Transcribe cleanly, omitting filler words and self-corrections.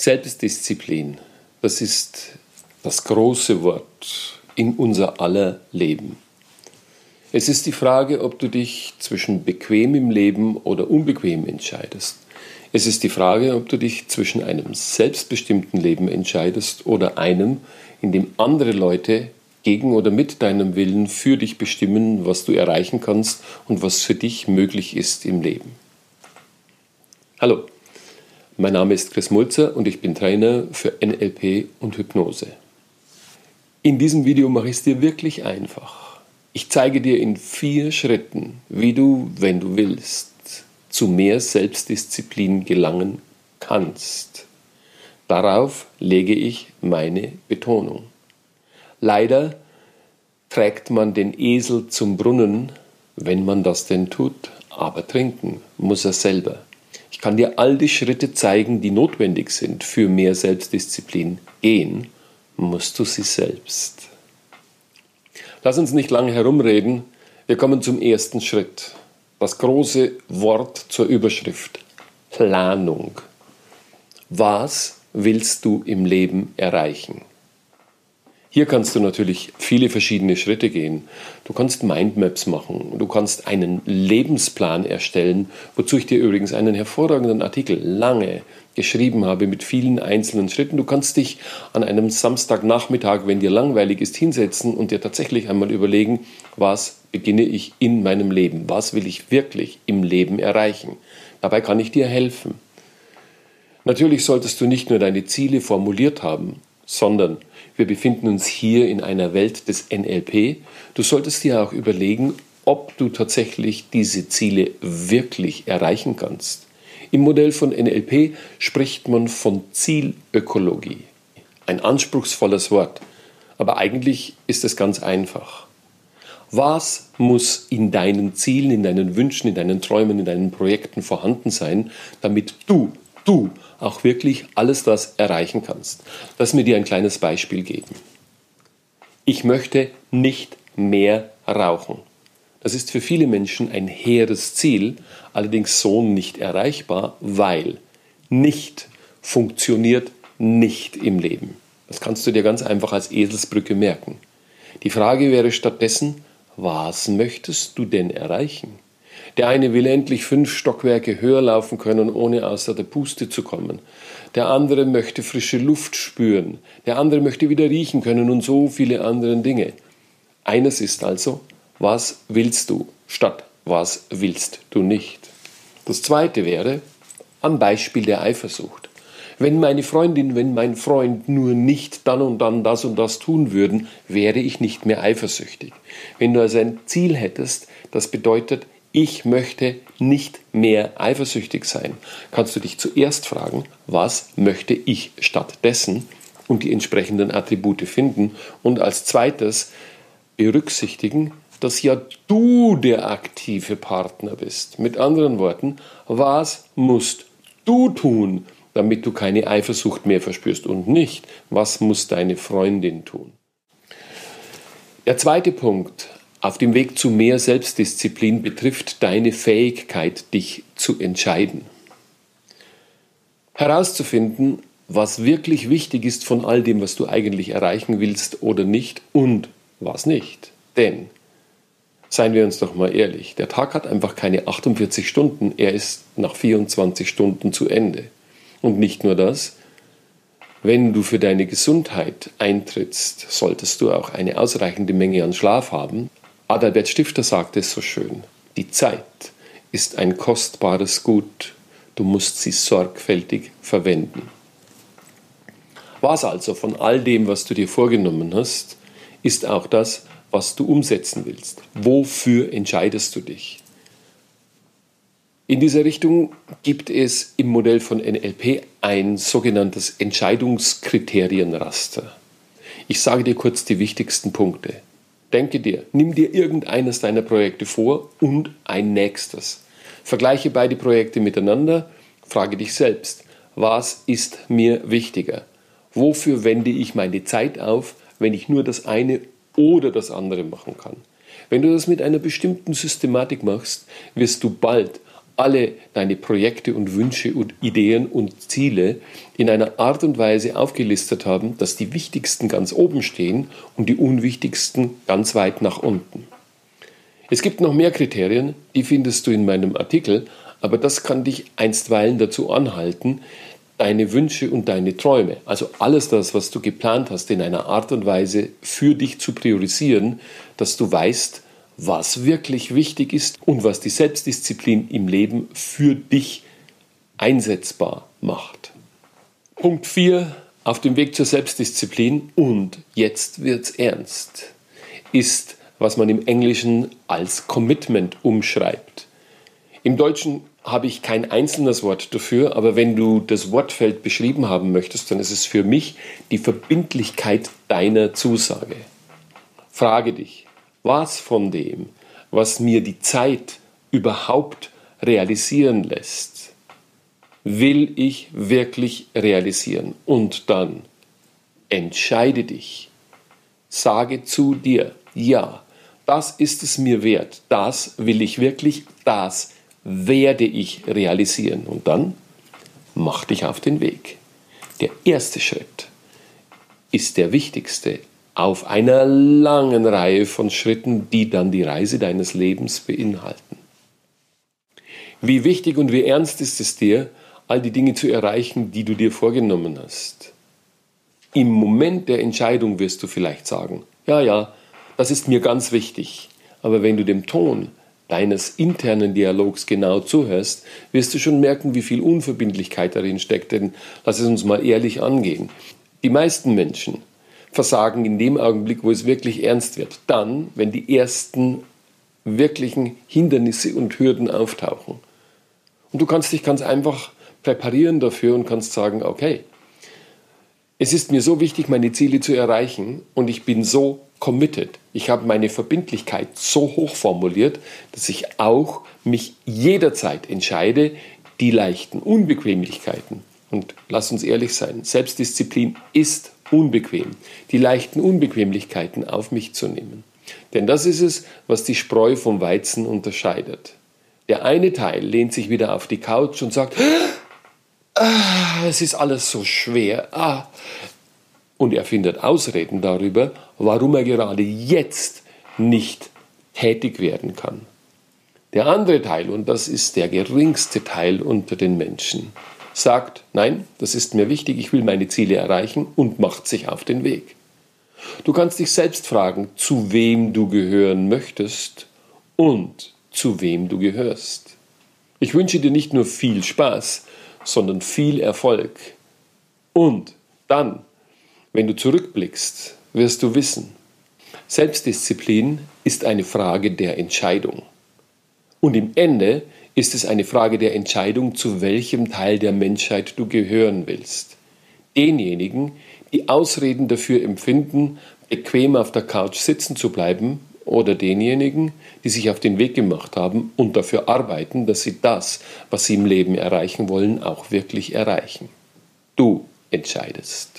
Selbstdisziplin, das ist das große Wort in unser aller Leben. Es ist die Frage, ob du dich zwischen bequemem Leben oder unbequem entscheidest. Es ist die Frage, ob du dich zwischen einem selbstbestimmten Leben entscheidest oder einem, in dem andere Leute gegen oder mit deinem Willen für dich bestimmen, was du erreichen kannst und was für dich möglich ist im Leben. Hallo, mein Name ist Chris Mulzer und ich bin Trainer für NLP und Hypnose. In diesem Video mache ich es dir wirklich einfach. Ich zeige dir in 4 Schritten, wie du, wenn du willst, zu mehr Selbstdisziplin gelangen kannst. Darauf lege ich meine Betonung. Leider trägt man den Esel zum Brunnen, wenn man das denn tut, aber trinken muss er selber. Ich kann dir all die Schritte zeigen, die notwendig sind für mehr Selbstdisziplin. Gehen musst du sie selbst. Lass uns nicht lange herumreden. Wir kommen zum ersten Schritt. Das große Wort zur Überschrift. Planung. Was willst du im Leben erreichen? Hier kannst du natürlich viele verschiedene Schritte gehen. Du kannst Mindmaps machen, du kannst einen Lebensplan erstellen, wozu ich dir übrigens einen hervorragenden Artikel lange geschrieben habe mit vielen einzelnen Schritten. Du kannst dich an einem Samstagnachmittag, wenn dir langweilig ist, hinsetzen und dir tatsächlich einmal überlegen, was beginne ich in meinem Leben? Was will ich wirklich im Leben erreichen? Dabei kann ich dir helfen. Natürlich solltest du nicht nur deine Ziele formuliert haben, sondern wir befinden uns hier in einer Welt des NLP. Du solltest dir auch überlegen, ob du tatsächlich diese Ziele wirklich erreichen kannst. Im Modell von NLP spricht man von Zielökologie. Ein anspruchsvolles Wort, aber eigentlich ist es ganz einfach. Was muss in deinen Zielen, in deinen Wünschen, in deinen Träumen, in deinen Projekten vorhanden sein, damit du auch wirklich alles das erreichen kannst? Lass mir dir ein kleines Beispiel geben. Ich möchte nicht mehr rauchen. Das ist für viele Menschen ein hehres Ziel, allerdings so nicht erreichbar, weil nicht funktioniert nicht im Leben. Das kannst du dir ganz einfach als Eselsbrücke merken. Die Frage wäre stattdessen, was möchtest du denn erreichen? Der eine will endlich 5 Stockwerke höher laufen können, ohne außer der Puste zu kommen. Der andere möchte frische Luft spüren. Der andere möchte wieder riechen können und so viele andere Dinge. Eines ist also, was willst du, statt was willst du nicht? Das zweite wäre, am Beispiel der Eifersucht. Wenn meine Freundin, wenn mein Freund nur nicht dann und dann das und das tun würden, wäre ich nicht mehr eifersüchtig. Wenn du also ein Ziel hättest, das bedeutet, ich möchte nicht mehr eifersüchtig sein, kannst du dich zuerst fragen, was möchte ich stattdessen und die entsprechenden Attribute finden und als zweites berücksichtigen, dass ja du der aktive Partner bist. Mit anderen Worten, was musst du tun, damit du keine Eifersucht mehr verspürst und nicht, was muss deine Freundin tun? Der zweite Punkt auf dem Weg zu mehr Selbstdisziplin betrifft deine Fähigkeit, dich zu entscheiden. Herauszufinden, was wirklich wichtig ist von all dem, was du eigentlich erreichen willst oder nicht und was nicht. Denn, seien wir uns doch mal ehrlich, der Tag hat einfach keine 48 Stunden, er ist nach 24 Stunden zu Ende. Und nicht nur das, wenn du für deine Gesundheit eintrittst, solltest du auch eine ausreichende Menge an Schlaf haben. Adalbert Stifter sagt es so schön, die Zeit ist ein kostbares Gut, du musst sie sorgfältig verwenden. Was also von all dem, was du dir vorgenommen hast, ist auch das, was du umsetzen willst? Wofür entscheidest du dich? In dieser Richtung gibt es im Modell von NLP ein sogenanntes Entscheidungskriterienraster. Ich sage dir kurz die wichtigsten Punkte. Denke dir, nimm dir irgendeines deiner Projekte vor und ein nächstes. Vergleiche beide Projekte miteinander, frage dich selbst, was ist mir wichtiger? Wofür wende ich meine Zeit auf, wenn ich nur das eine oder das andere machen kann? Wenn du das mit einer bestimmten Systematik machst, wirst du bald alle deine Projekte und Wünsche und Ideen und Ziele in einer Art und Weise aufgelistet haben, dass die wichtigsten ganz oben stehen und die unwichtigsten ganz weit nach unten. Es gibt noch mehr Kriterien, die findest du in meinem Artikel, aber das kann dich einstweilen dazu anhalten, deine Wünsche und deine Träume, also alles das, was du geplant hast, in einer Art und Weise für dich zu priorisieren, dass du weißt, was wirklich wichtig ist und was die Selbstdisziplin im Leben für dich einsetzbar macht. Punkt 4 auf dem Weg zur Selbstdisziplin, und jetzt wird's ernst, ist, was man im Englischen als Commitment umschreibt. Im Deutschen habe ich kein einzelnes Wort dafür, aber wenn du das Wortfeld beschrieben haben möchtest, dann ist es für mich die Verbindlichkeit deiner Zusage. Frage dich, was von dem, was mir die Zeit überhaupt realisieren lässt, will ich wirklich realisieren? Und dann entscheide dich, sage zu dir, ja, das ist es mir wert, das will ich wirklich, das werde ich realisieren. Und dann mach dich auf den Weg. Der erste Schritt ist der wichtigste auf einer langen Reihe von Schritten, die dann die Reise deines Lebens beinhalten. Wie wichtig und wie ernst ist es dir, all die Dinge zu erreichen, die du dir vorgenommen hast? Im Moment der Entscheidung wirst du vielleicht sagen, ja, das ist mir ganz wichtig. Aber wenn du dem Ton deines internen Dialogs genau zuhörst, wirst du schon merken, wie viel Unverbindlichkeit darin steckt. Denn lass es uns mal ehrlich angehen. Die meisten Menschen versagen in dem Augenblick, wo es wirklich ernst wird. Dann, wenn die ersten wirklichen Hindernisse und Hürden auftauchen. Und du kannst dich ganz einfach präparieren dafür und kannst sagen, okay, es ist mir so wichtig, meine Ziele zu erreichen, und ich bin so committed. Ich habe meine Verbindlichkeit so hoch formuliert, dass ich auch mich jederzeit entscheide, die leichten Unbequemlichkeiten, und lass uns ehrlich sein, Selbstdisziplin ist unbequem, die leichten Unbequemlichkeiten auf mich zu nehmen. Denn das ist es, was die Spreu vom Weizen unterscheidet. Der eine Teil lehnt sich wieder auf die Couch und sagt, es ist alles so schwer. Und er findet Ausreden darüber, warum er gerade jetzt nicht tätig werden kann. Der andere Teil, und das ist der geringste Teil unter den Menschen, sagt, nein, das ist mir wichtig, ich will meine Ziele erreichen, und macht sich auf den Weg. Du kannst dich selbst fragen, zu wem du gehören möchtest und zu wem du gehörst. Ich wünsche dir nicht nur viel Spaß, sondern viel Erfolg. Und dann, wenn du zurückblickst, wirst du wissen, Selbstdisziplin ist eine Frage der Entscheidung. Und im Ende ist es eine Frage der Entscheidung, zu welchem Teil der Menschheit du gehören willst. Denjenigen, die Ausreden dafür empfinden, bequem auf der Couch sitzen zu bleiben, oder denjenigen, die sich auf den Weg gemacht haben und dafür arbeiten, dass sie das, was sie im Leben erreichen wollen, auch wirklich erreichen. Du entscheidest.